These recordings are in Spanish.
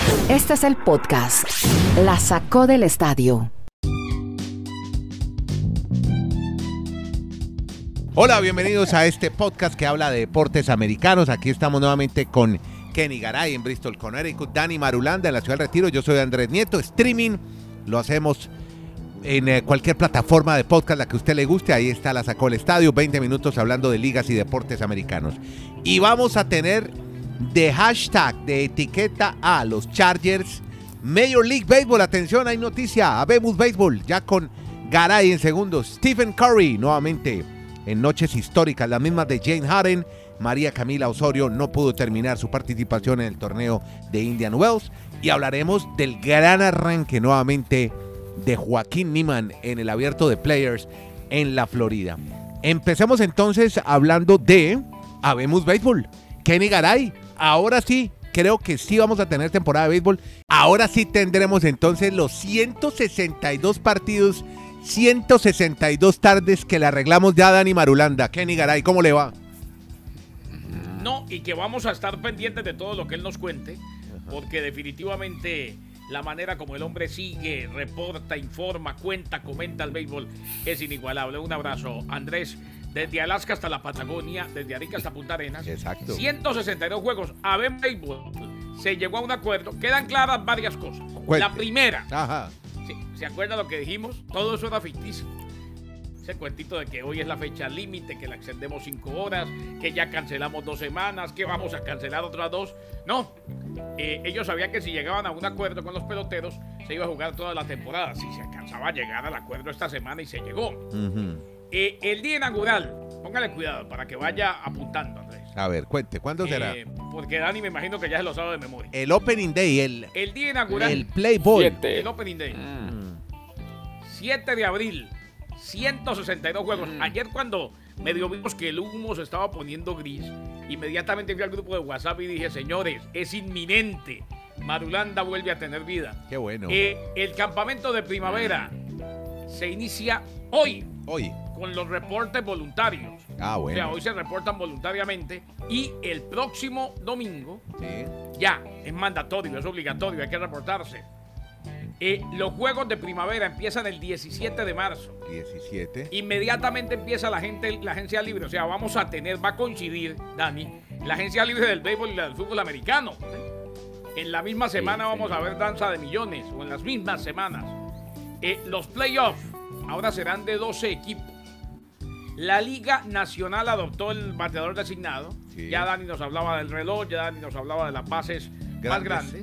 Este es el podcast La Sacó del Estadio. Hola, bienvenidos a este podcast que habla de deportes americanos. Aquí estamos nuevamente con Kenny Garay en Bristol, Connecticut, Dani Marulanda en la Ciudad del Retiro. Yo soy Andrés Nieto. Streaming lo hacemos en cualquier plataforma de podcast, la que a usted le guste. Ahí está La Sacó del Estadio, 20 minutos hablando de ligas y deportes americanos. Y vamos a tener de hashtag, de etiqueta a los Chargers, Major League Baseball. Atención, hay noticia, habemos béisbol, ya con Garay en segundos. Stephen Curry, nuevamente en noches históricas, las mismas de Jane Harden. María Camila Osorio no pudo terminar su participación en el torneo de Indian Wells. Y hablaremos del gran arranque nuevamente de Joaquín Niemann en el Abierto de Players en la Florida. Empecemos entonces hablando de habemos béisbol. Kenny Garay, ahora sí, creo que sí vamos a tener temporada de béisbol. Ahora sí tendremos entonces los 162 partidos, 162 tardes que le arreglamos ya a Dani Marulanda. Kenny Garay, ¿cómo le va? No, y que vamos a estar pendientes de todo lo que él nos cuente, porque definitivamente la manera como el hombre sigue, reporta, informa, cuenta, comenta el béisbol es inigualable. Un abrazo, Andrés, desde Alaska hasta la Patagonia, desde Arica hasta Punta Arenas. Exacto. 162 juegos. Habemos béisbol. Se llegó a un acuerdo. Quedan claras varias cosas. La primera. Ajá. ¿Se acuerda lo que dijimos? Todo eso era ficticio. Ese cuentito de que hoy es la fecha límite, que la extendemos 5 horas, que ya cancelamos 2 semanas, que vamos a cancelar otras 2. No. Ellos sabían que si llegaban a un acuerdo con los peloteros, se iba a jugar toda la temporada. Si se alcanzaba a llegar al acuerdo esta semana, y se llegó. El día inaugural, póngale cuidado para que vaya apuntando, Andrés. A ver, cuente, ¿cuándo será? Porque Dani me imagino que ya se lo sabe de memoria. El Opening Day, el día inaugural. El Play Ball. El Opening Day. 7 de abril, 162 juegos. Ayer, cuando medio vimos que el humo se estaba poniendo gris, inmediatamente fui al grupo de WhatsApp y dije: señores, es inminente. Marulanda vuelve a tener vida. Qué bueno. El campamento de primavera se inicia hoy. Con los reportes voluntarios. Bueno. O sea, hoy se reportan voluntariamente y el próximo domingo ya es mandatorio, es obligatorio, hay que reportarse. Los juegos de primavera empiezan el 17 de marzo. 17. Inmediatamente empieza la agencia libre. O sea, va a coincidir, Dani, la agencia libre del béisbol y la del fútbol americano. En la misma semana vamos a ver danza de millones, o en las mismas semanas. Los playoffs ahora serán de 12 equipos. La Liga Nacional adoptó el bateador designado. Ya Dani nos hablaba del reloj, ya Dani nos hablaba de las bases más grandes.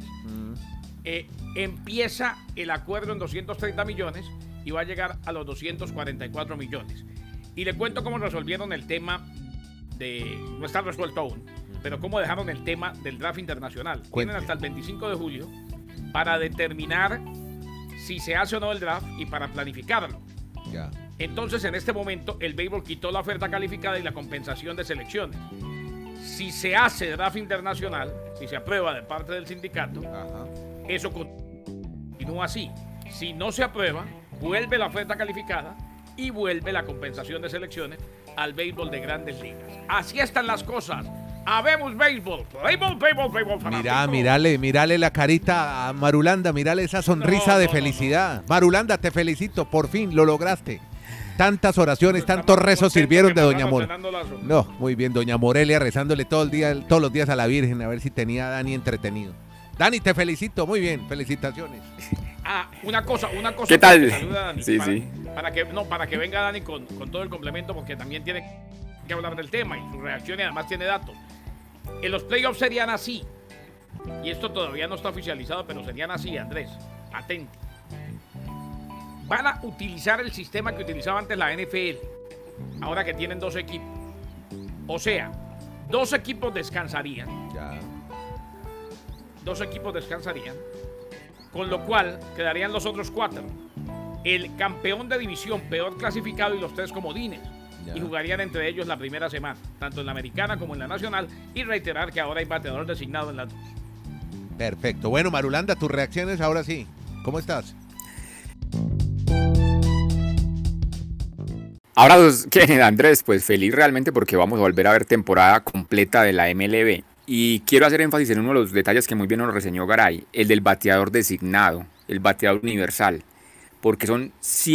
Empieza el acuerdo en 230 millones y va a llegar a los 244 millones. Y le cuento cómo resolvieron el tema de... No está resuelto aún, pero cómo dejaron el tema del draft internacional. Tienen hasta el 25 de julio para determinar si se hace o no el draft y para planificarlo. Ya. Entonces, en este momento, el béisbol quitó la oferta calificada y la compensación de selecciones. Si se hace draft internacional, si se aprueba de parte del sindicato, eso continúa así. Si no se aprueba, vuelve la oferta calificada y vuelve la compensación de selecciones al béisbol de Grandes Ligas. Así están las cosas. Habemos béisbol. Béisbol. Mírale la carita a Marulanda, mírale esa sonrisa de felicidad. Marulanda, te felicito, por fin lo lograste. Tantas oraciones, tantos rezos sirvieron de Doña Morelia. No, muy bien, Doña Morelia rezándole todos los días a la Virgen a ver si tenía a Dani entretenido. Dani, te felicito, muy bien, felicitaciones. Una cosa. ¿Qué tal? Saluda, Dani, sí. Para que venga Dani con todo el complemento, porque también tiene que hablar del tema y su reacción, y además tiene datos. En los playoffs serían así, y esto todavía no está oficializado, pero serían así, Andrés, atento. Van a utilizar el sistema que utilizaba antes la NFL, ahora que tienen 2 equipos. O sea, 2 equipos descansarían. Ya. 2 equipos descansarían, con lo cual quedarían los otros 4. El campeón de división peor clasificado y los 3 comodines. Y jugarían entre ellos la primera semana, tanto en la americana como en la nacional, y reiterar que ahora hay bateador designado en las 2. Perfecto. Bueno, Marulanda, tus reacciones ahora sí. ¿Cómo estás? Ahora, Andrés, pues feliz realmente porque vamos a volver a ver temporada completa de la MLB. Y quiero hacer énfasis en uno de los detalles que muy bien nos reseñó Garay, el del bateador designado, el bateador universal, porque son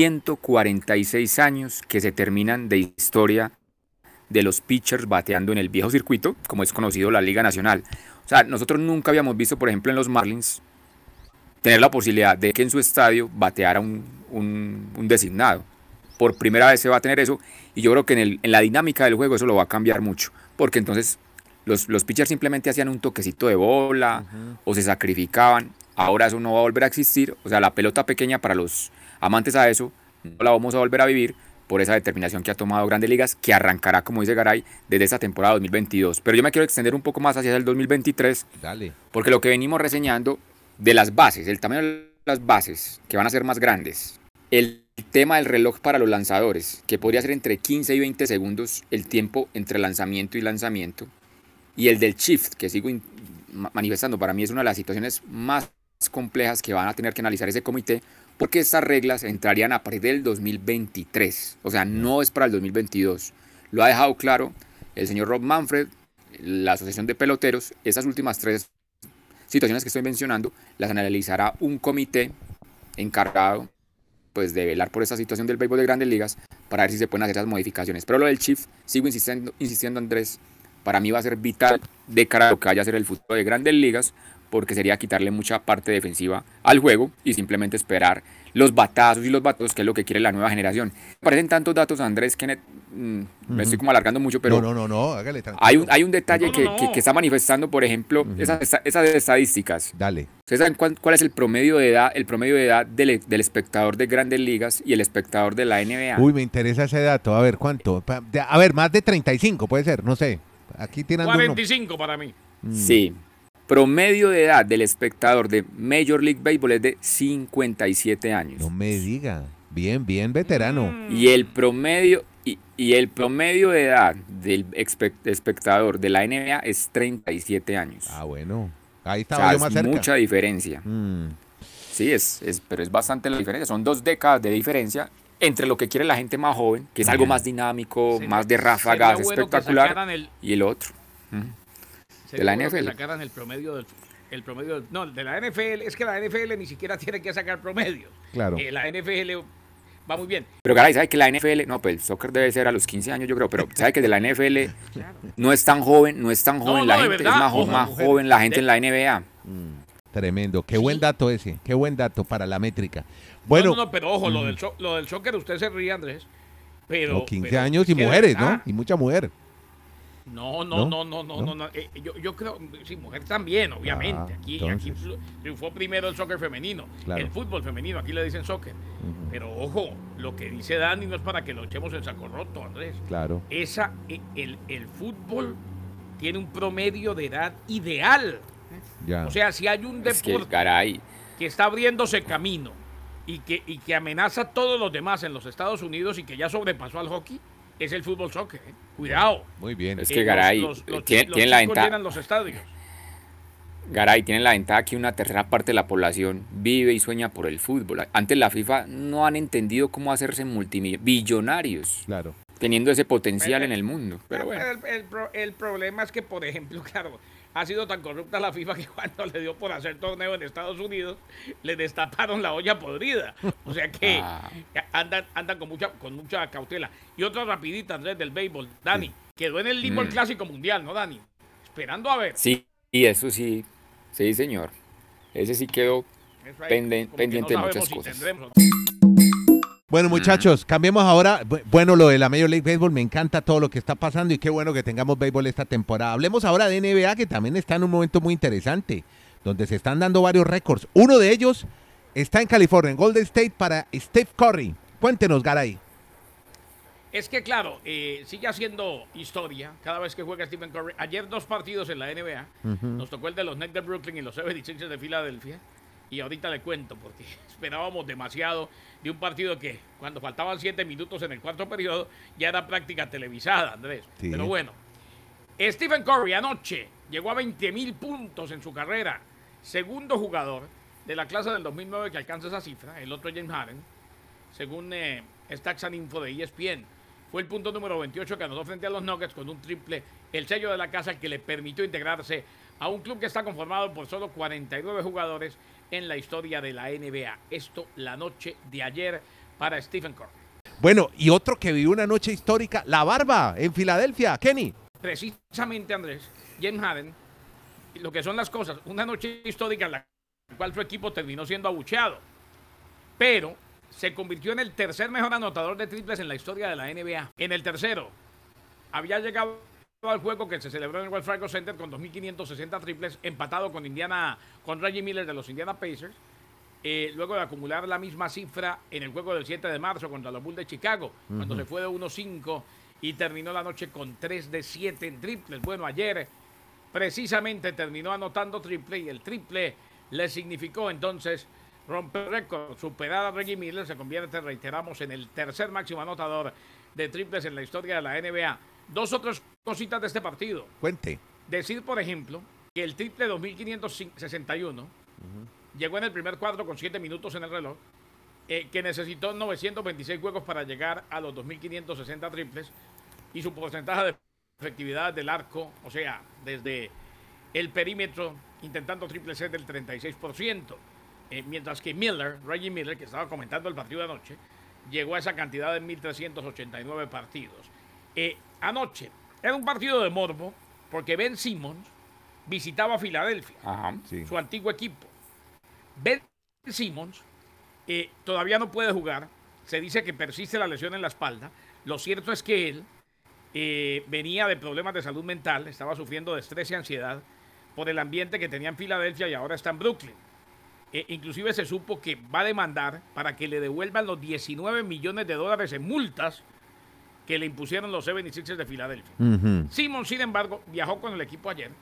146 años que se terminan de historia de los pitchers bateando en el viejo circuito, como es conocido la Liga Nacional. O sea, nosotros nunca habíamos visto, por ejemplo, en los Marlins, tener la posibilidad de que en su estadio bateara un designado. Por primera vez se va a tener eso, y yo creo que en la dinámica del juego eso lo va a cambiar mucho, porque entonces los pitchers simplemente hacían un toquecito de bola o se sacrificaban. Ahora eso no va a volver a existir, o sea, la pelota pequeña para los amantes a eso no la vamos a volver a vivir por esa determinación que ha tomado Grandes Ligas, que arrancará, como dice Garay, desde esta temporada 2022. Pero yo me quiero extender un poco más hacia el 2023, Dale. porque lo que venimos reseñando de las bases, el tamaño de las bases, que van a ser más grandes, el tema del reloj para los lanzadores, que podría ser entre 15 y 20 segundos el tiempo entre lanzamiento y lanzamiento, y el del shift, que sigo manifestando, para mí es una de las situaciones más complejas que van a tener que analizar ese comité, porque estas reglas entrarían a partir del 2023, o sea, no es para el 2022. Lo ha dejado claro el señor Rob Manfred, la Asociación de Peloteros. Esas últimas tres situaciones que estoy mencionando las analizará un comité encargado, pues, de velar por esta situación del béisbol de Grandes Ligas para ver si se pueden hacer esas modificaciones. Pero lo del shift, sigo insistiendo, Andrés, para mí va a ser vital de cara a lo que vaya a ser el futuro de Grandes Ligas, porque sería quitarle mucha parte defensiva al juego y simplemente esperar los batazos y los batazos, que es lo que quiere la nueva generación. Me parecen tantos datos, Andrés, que me estoy como alargando mucho, pero No, hágale tranquilo. hay un detalle que está manifestando, por ejemplo, esas estadísticas. Dale. ¿Ustedes saben cuál es el promedio de edad del espectador de Grandes Ligas y el espectador de la NBA? Uy, me interesa ese dato. A ver, ¿cuánto? A ver, más de 35 puede ser, no sé. Aquí tienen 45 para mí. Sí. Promedio de edad del espectador de Major League Baseball es de 57 años. No me diga. Bien, bien veterano. Y el promedio de edad del espectador de la NBA es 37 años. Ah, bueno. Ahí O estaba sea, yo más es cerca. mucha diferencia. Sí, pero es bastante la diferencia. Son 2 décadas de diferencia entre lo que quiere la gente más joven, que es algo más dinámico, más de ráfagas, sería bueno espectacular, y el otro. De la NFL. Sacaran el promedio no, de la NFL. Es que la NFL ni siquiera tiene que sacar promedio. Claro. La NFL va muy bien. Pero Garay, ¿sabe que la NFL, no, pues el soccer debe ser a los 15 años, yo creo, pero ¿sabe que de la NFL no es tan joven, la de gente, verdad. es más joven la gente en la NBA? Tremendo. Qué buen dato ese. Qué buen dato para la métrica. Bueno. No, pero ojo, lo del soccer, usted se ríe, Andrés. Pero, 15 pero años y es que de mujeres, verdad, ¿no? Y mucha mujer. No. Yo creo, sí, mujer también, obviamente. Aquí triunfó primero el soccer femenino, Claro. el fútbol femenino, aquí le dicen soccer. Pero ojo, lo que dice Dani no es para que lo echemos en saco roto, Andrés. Claro. El fútbol tiene un promedio de edad ideal. Ya. O sea, si hay un Es que, deporte Garay, que está abriéndose camino y que amenaza a todos los demás en los Estados Unidos y que ya sobrepasó al hockey, es el fútbol soccer. Cuidado. Muy bien. es que Garay, tienen la chicos ventaja. llenan los estadios. Garay, tienen la ventaja que una tercera parte de la población vive y sueña por el fútbol. Antes la FIFA no han entendido cómo hacerse billonarios, Claro. teniendo ese potencial en el mundo. Pero bueno. El problema es que, por ejemplo, claro, ha sido tan corrupta la FIFA que cuando le dio por hacer torneo en Estados Unidos, le destaparon la olla podrida. O sea que andan con mucha cautela. Y otra rapidita, Andrés, del béisbol. Dani, quedó en el limbo el Clásico Mundial, ¿no, Dani? Esperando a ver. Sí, y eso sí, sí, señor. Ese sí quedó Eso ahí, pendiente como de que no muchas sabemos si cosas. tendremos. Bueno, muchachos, cambiemos ahora. Bueno, lo de la Major League Baseball, me encanta todo lo que está pasando y qué bueno que tengamos béisbol esta temporada. Hablemos ahora de NBA, que también está en un momento muy interesante, donde se están dando varios récords. Uno de ellos está en California, en Golden State, para Steph Curry. Cuéntenos, Garay. Es que, claro, sigue haciendo historia cada vez que juega Stephen Curry. Ayer 2 partidos en la NBA. Nos tocó el de los Nets de Brooklyn y los 76ers de Filadelfia. Y ahorita le cuento, porque esperábamos demasiado de un partido que, cuando faltaban 7 minutos en el cuarto periodo, ya era práctica televisada, Andrés. Sí. Pero bueno, Stephen Curry anoche llegó a 20,000 puntos en su carrera. Segundo jugador de la clase del 2009 que alcanza esa cifra. El otro James Harden, según Stats and Info de ESPN. Fue el punto número 28 que anotó frente a los Nuggets con un triple el sello de la casa que le permitió integrarse a un club que está conformado por solo 49 jugadores en la historia de la NBA. Esto la noche de ayer para Stephen Curry. Bueno, y otro que vivió una noche histórica, la barba en Filadelfia, Kenny. Precisamente, Andrés, James Harden, lo que son las cosas, una noche histórica en la cual su equipo terminó siendo abucheado, pero se convirtió en el tercer mejor anotador de triples en la historia de la NBA. En el tercero, había llegado al juego que se celebró en el Wells Fargo Center con 2.560 triples, empatado con Reggie Miller de los Indiana Pacers, luego de acumular la misma cifra en el juego del 7 de marzo contra los Bulls de Chicago, cuando se fue de 1-5 y terminó la noche con 3 de 7 en triples. Bueno, ayer precisamente terminó anotando triple y el triple le significó entonces romper récord, superar a Reggie Miller, se convierte, reiteramos, en el tercer máximo anotador de triples en la historia de la NBA. Dos otras cositas de este partido. Cuente. Decir, por ejemplo, que el triple 2561 llegó en el primer cuarto con 7 minutos en el reloj, que necesitó 926 juegos para llegar a los 2560 triples, y su porcentaje de efectividad del arco, o sea, desde el perímetro, intentando triples, es del 36%, mientras que Reggie Miller, que estaba comentando el partido de anoche, llegó a esa cantidad en 1.389 partidos. Anoche era un partido de morbo porque Ben Simmons visitaba a Filadelfia, su antiguo equipo. Ben Simmons todavía no puede jugar, se dice que persiste la lesión en la espalda. Lo cierto es que él venía de problemas de salud mental, estaba sufriendo de estrés y ansiedad por el ambiente que tenía en Filadelfia y ahora está en Brooklyn. Inclusive se supo que va a demandar para que le devuelvan los $19 millones en multas que le impusieron los 76ers de Filadelfia. Simmons, sin embargo, viajó con el equipo ayer,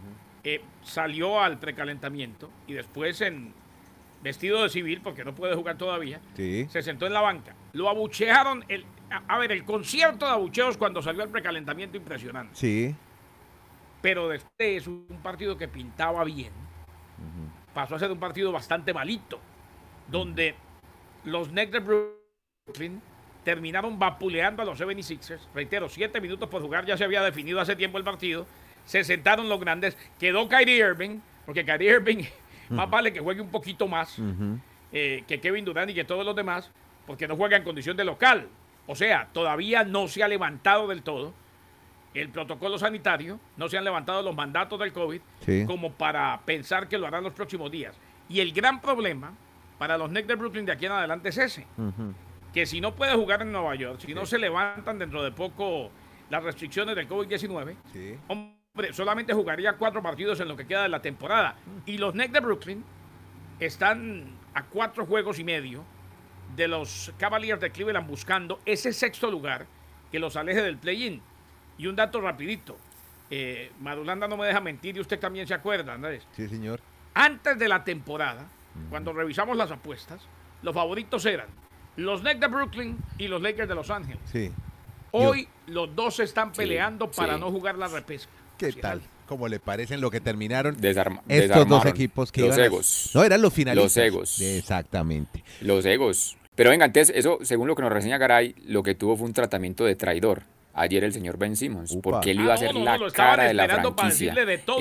salió al precalentamiento y después, en vestido de civil, porque no puede jugar todavía, se sentó en la banca. Lo abuchearon. El concierto de abucheos cuando salió al precalentamiento, impresionante. Sí. Pero después, un partido que pintaba bien, pasó a ser un partido bastante malito, donde los Nets de Brooklyn terminaron vapuleando a los 76ers. Reitero, 7 minutos por jugar, ya se había definido hace tiempo el partido. Se sentaron los grandes, quedó Kyrie Irving, porque Kyrie Irving más vale que juegue un poquito más que Kevin Durant y que todos los demás, porque no juega en condición de local. O sea, todavía no se ha levantado del todo el protocolo sanitario, no se han levantado los mandatos del COVID, como para pensar que lo harán los próximos días. Y el gran problema para los Nets de Brooklyn de aquí en adelante es ese, que si no puede jugar en Nueva York, si no se levantan dentro de poco las restricciones del COVID-19, hombre, solamente jugaría 4 partidos en lo que queda de la temporada. Y los Nets de Brooklyn están a 4 juegos y medio de los Cavaliers de Cleveland buscando ese sexto lugar que los aleje del play-in. Y un dato rapidito, Marulanda no me deja mentir y usted también se acuerda, Andrés. Sí, señor. Antes de la temporada, cuando revisamos las apuestas, los favoritos eran los Nets de Brooklyn y los Lakers de Los Ángeles. Sí. Hoy los dos están peleando para no jugar la repesca. ¿Qué tal? ¿Cómo le parecen lo que terminaron estos dos equipos que los iban egos? No, eran los finalistas. Los egos. Exactamente. Los egos. Pero venga, antes, eso, según lo que nos reseña Garay, lo que tuvo fue un tratamiento de traidor. Ayer el señor Ben Simmons, porque él iba a ser la cara de la franquicia.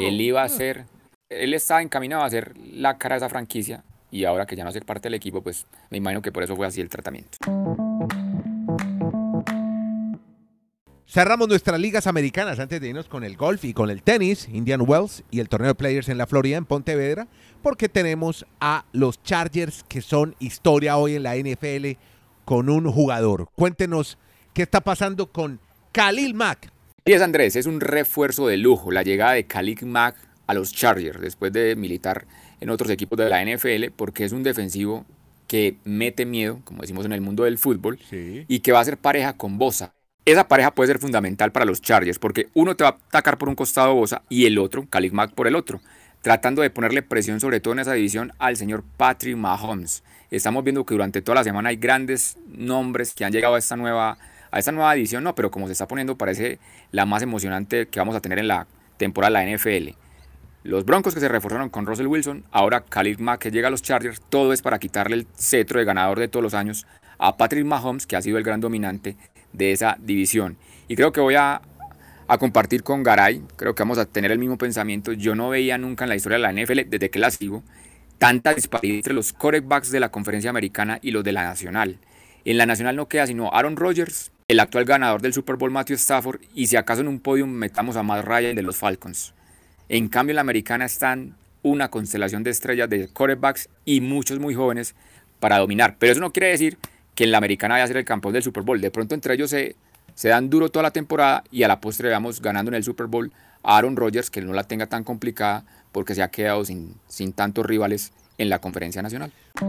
Él estaba encaminado a ser la cara de esa franquicia, y ahora que ya no hace parte del equipo, pues me imagino que por eso fue así el tratamiento. Cerramos nuestras ligas americanas antes de irnos con el golf y con el tenis, Indian Wells y el torneo de Players en la Florida, en Pontevedra, porque tenemos a los Chargers, que son historia hoy en la NFL con un jugador. Cuéntenos qué está pasando con Khalil Mack. Y es Andrés, es un refuerzo de lujo la llegada de Khalil Mack a los Chargers después de militar en otros equipos de la NFL, porque es un defensivo que mete miedo, como decimos en el mundo del fútbol, y que va a ser pareja con Bosa. Esa pareja puede ser fundamental para los Chargers, porque uno te va a atacar por un costado Bosa y el otro, Khalil Mack, por el otro, tratando de ponerle presión sobre todo en esa división al señor Patrick Mahomes. Estamos viendo que durante toda la semana hay grandes nombres que han llegado a esta nueva edición, pero como se está poniendo, parece la más emocionante que vamos a tener en la temporada de la NFL. Los Broncos, que se reforzaron con Russell Wilson, ahora Khalil Mack, que llega a los Chargers, todo es para quitarle el cetro de ganador de todos los años a Patrick Mahomes, que ha sido el gran dominante de esa división. Y creo que voy a a compartir con Garay, creo que vamos a tener el mismo pensamiento. Yo no veía nunca en la historia de la NFL, desde que la sigo, tanta disparidad entre los quarterbacks de la conferencia americana y los de la nacional. En la nacional no queda sino Aaron Rodgers, el actual ganador del Super Bowl Matthew Stafford, y si acaso en un podium metamos a Matt Ryan de los Falcons. En cambio en la americana están una constelación de estrellas de quarterbacks y muchos muy jóvenes para dominar. Pero eso no quiere decir que en la americana vaya a ser el campeón del Super Bowl. De pronto entre ellos se dan duro toda la temporada y a la postre veamos ganando en el Super Bowl a Aaron Rodgers, que no la tenga tan complicada porque se ha quedado sin tantos rivales en la conferencia nacional.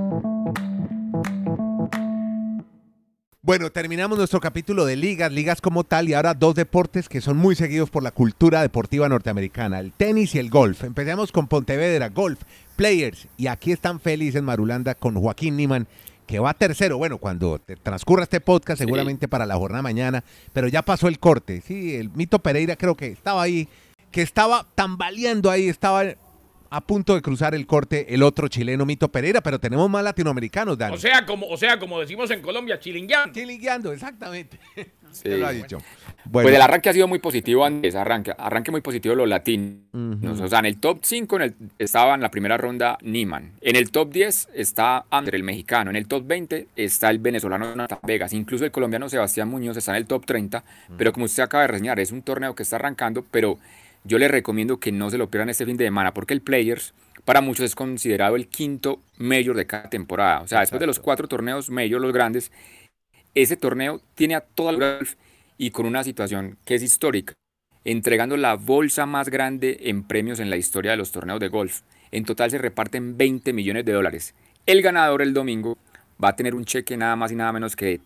Bueno, terminamos nuestro capítulo de ligas como tal, y ahora dos deportes que son muy seguidos por la cultura deportiva norteamericana, el tenis y el golf. Empecemos con Pontevedra, Golf Players, y aquí están felices Marulanda con Joaquín Niemann, que va tercero. Bueno, cuando transcurra este podcast, seguramente para la jornada mañana, pero ya pasó el corte. Sí, el Mito Pereira creo que estaba ahí, que estaba tambaleando ahí, estaba a punto de cruzar el corte el otro chileno Mito Pereira, pero tenemos más latinoamericanos, Dani. O sea, como decimos en Colombia, chilingueando. Chilingueando, exactamente. Sí. Te lo ha dicho. Bueno. Pues el arranque ha sido muy positivo, Andrés, arranque muy positivo de los latinos. O sea, en el top 5 estaba en la primera ronda Niemann. En el top 10 está Ander, el mexicano. En el top 20 está el venezolano Jonathan Vegas. Incluso el colombiano Sebastián Muñoz está en el top 30. Pero como usted acaba de reseñar, es un torneo que está arrancando, pero yo les recomiendo que no se lo pierdan este fin de semana, porque el Players para muchos es considerado el quinto Major de cada temporada. O sea, después de los 4 torneos Major, los grandes, ese torneo tiene a toda el golf y con una situación que es histórica, entregando la bolsa más grande en premios en la historia de los torneos de golf. En total se reparten $20 millones. El ganador el domingo va a tener un cheque nada más y nada menos que de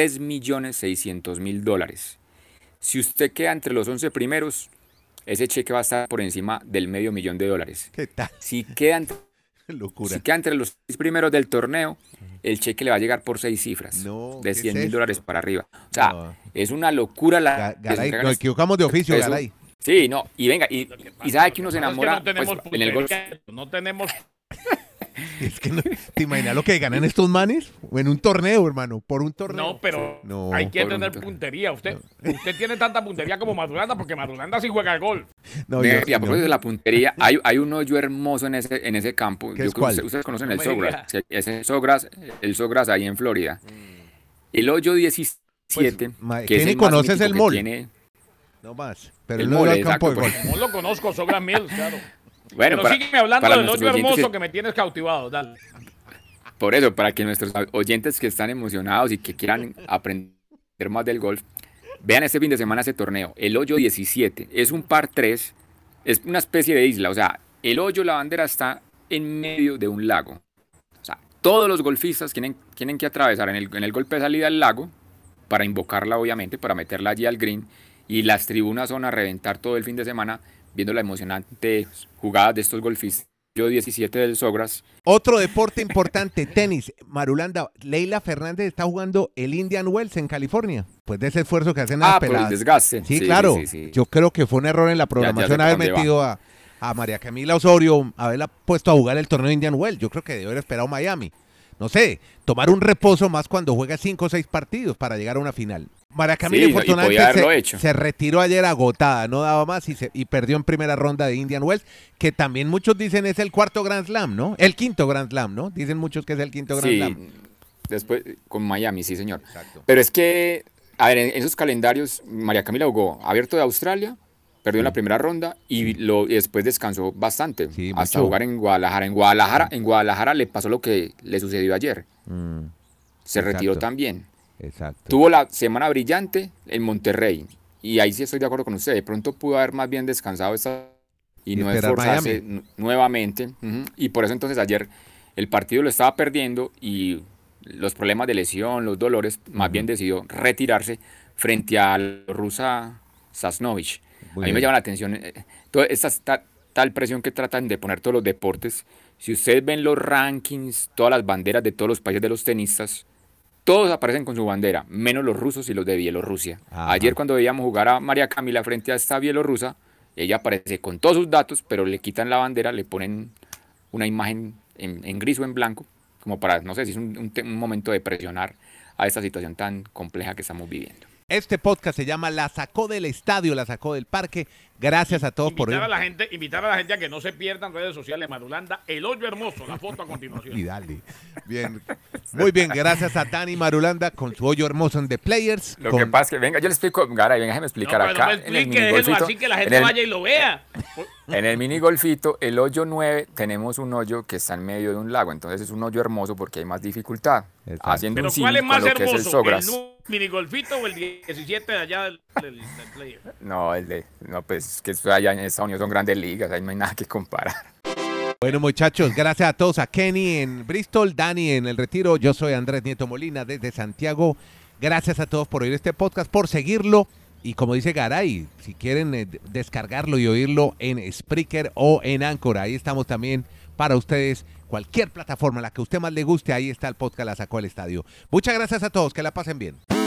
$3.600.000. Si usted queda entre los 11 primeros, ese cheque va a estar por encima del $500.000. ¿Qué tal? Si queda Locura. Si queda entre los 6 primeros del torneo, el cheque le va a llegar por 6 cifras, No, de ¿qué es $100.000 para arriba. O sea, No. es una locura la... Garay, nos equivocamos de oficio, eso. Garay. Sí, no, y venga, y sabe que uno se Es que enamora no tenemos pues, en el golf. puntería, no tenemos. Es que no, ¿te imaginas lo que ganan estos manes? O en un torneo, hermano, por un torneo. No, pero No, hay que por un tener torneo. puntería. Usted tiene tanta puntería como Madulanda, porque Madulanda sí juega al golf. No, Venga, yo- y a propósito de la puntería, hay un hoyo hermoso en ese campo. ¿Qué Yo es creo cuál? que ustedes conocen No el me Sawgrass. diga. El Sawgrass ahí en Florida. El hoyo 17, Pues, que es Kenny, el más ¿conoces mítico el que mall? tiene. No más. Pero El él no iba mole, al campo de exacto, golf. No lo conozco, Sobran Mills, claro. Bueno, Pero sígueme hablando para del nuestros hoyo oyentes hermoso que- que me tienes cautivado, dale. Por eso, para que nuestros oyentes que están emocionados y que quieran aprender más del golf, vean este fin de semana ese torneo. El hoyo 17 es un par 3, es una especie de isla. O sea, el hoyo, la bandera está en medio de un lago. O sea, todos los golfistas tienen que atravesar en el golpe de salida al lago para invocarla, obviamente, para meterla allí al green. Y las tribunas son a reventar todo el fin de semana viendo la emocionante jugada de estos golfistas. Yo 17 del Sawgrass. Otro deporte importante, tenis. Marulanda, Leila Fernández está jugando el Indian Wells en California. Pues de ese esfuerzo que hacen las Por el peladas. desgaste. Sí, claro. Sí. Yo creo que fue un error en la Ya programación sé para haber dónde va. metido a María Camila Osorio, haberla puesto a jugar el torneo Indian Wells. Yo creo que debe haber esperado Miami. No sé, tomar un reposo más cuando juega 5 o 6 partidos para llegar a una final. María Camila Sí, y podía haberlo infortunadamente hecho. se retiró ayer agotada, no daba más y perdió en primera ronda de Indian Wells, que también muchos dicen es el cuarto Grand Slam, ¿no? El quinto Grand Slam, ¿no? Dicen muchos que es el quinto Grand Sí, Slam. después con Miami, sí, señor. Exacto. Pero es que, a ver, en esos calendarios, María Camila jugó Abierto de Australia, perdió en la primera ronda y después descansó bastante, Sí, hasta mucho. jugar en Guadalajara. En Guadalajara le pasó lo que le sucedió ayer. Se retiró Exacto. también. Exacto. Tuvo la semana brillante en Monterrey. Y ahí sí estoy de acuerdo con usted. De pronto pudo haber más bien descansado y Y no esperar esforzarse Miami. nuevamente. Y por eso entonces ayer el partido lo estaba perdiendo y los problemas de lesión, los dolores, más bien decidió retirarse frente a la rusa Sasnovich. Muy A mí me bien. llama la atención toda esta tal presión que tratan de poner todos los deportes. Si ustedes ven los rankings, todas las banderas de todos los países de los tenistas, todos aparecen con su bandera, menos los rusos y los de Bielorrusia. Ajá. Ayer cuando veíamos jugar a María Camila frente a esta bielorrusa, ella aparece con todos sus datos, pero le quitan la bandera, le ponen una imagen en gris o en blanco, como para, no sé si es un momento de presionar a esta situación tan compleja que estamos viviendo. Este podcast se llama La Sacó del Estadio, La Sacó del Parque. Gracias a todos por invitar a la gente a que no se pierdan redes sociales. Marulanda, el hoyo hermoso, la foto a continuación. Y dale. Bien. Muy bien, gracias a Dani Marulanda con su hoyo hermoso en The Players. Lo que pasa es que, venga, yo le explico, Garay, venga, déjeme explicar No, acá. no me explique, déjelo así que la gente vaya y lo vea. En el mini golfito, el hoyo 9, tenemos un hoyo que está en medio de un lago, entonces es un hoyo hermoso porque hay más dificultad. Exacto. Haciendo Pero un ¿cuál es símil más con lo que es el hermoso? Sogras. ¿El minigolfito o el 17 de allá del player? No, pues que allá en Estados Unidos son grandes ligas, ahí no hay nada que comparar. Bueno, muchachos, gracias a todos, a Kenny en Bristol, Dani en El Retiro, yo soy Andrés Nieto Molina desde Santiago. Gracias a todos por oír este podcast, por seguirlo y como dice Garay, si quieren descargarlo y oírlo en Spreaker o en Anchor, ahí estamos también para ustedes. Cualquier plataforma, la que a usted más le guste, ahí está el podcast La Sacó del Estadio. Muchas gracias a todos, que la pasen bien.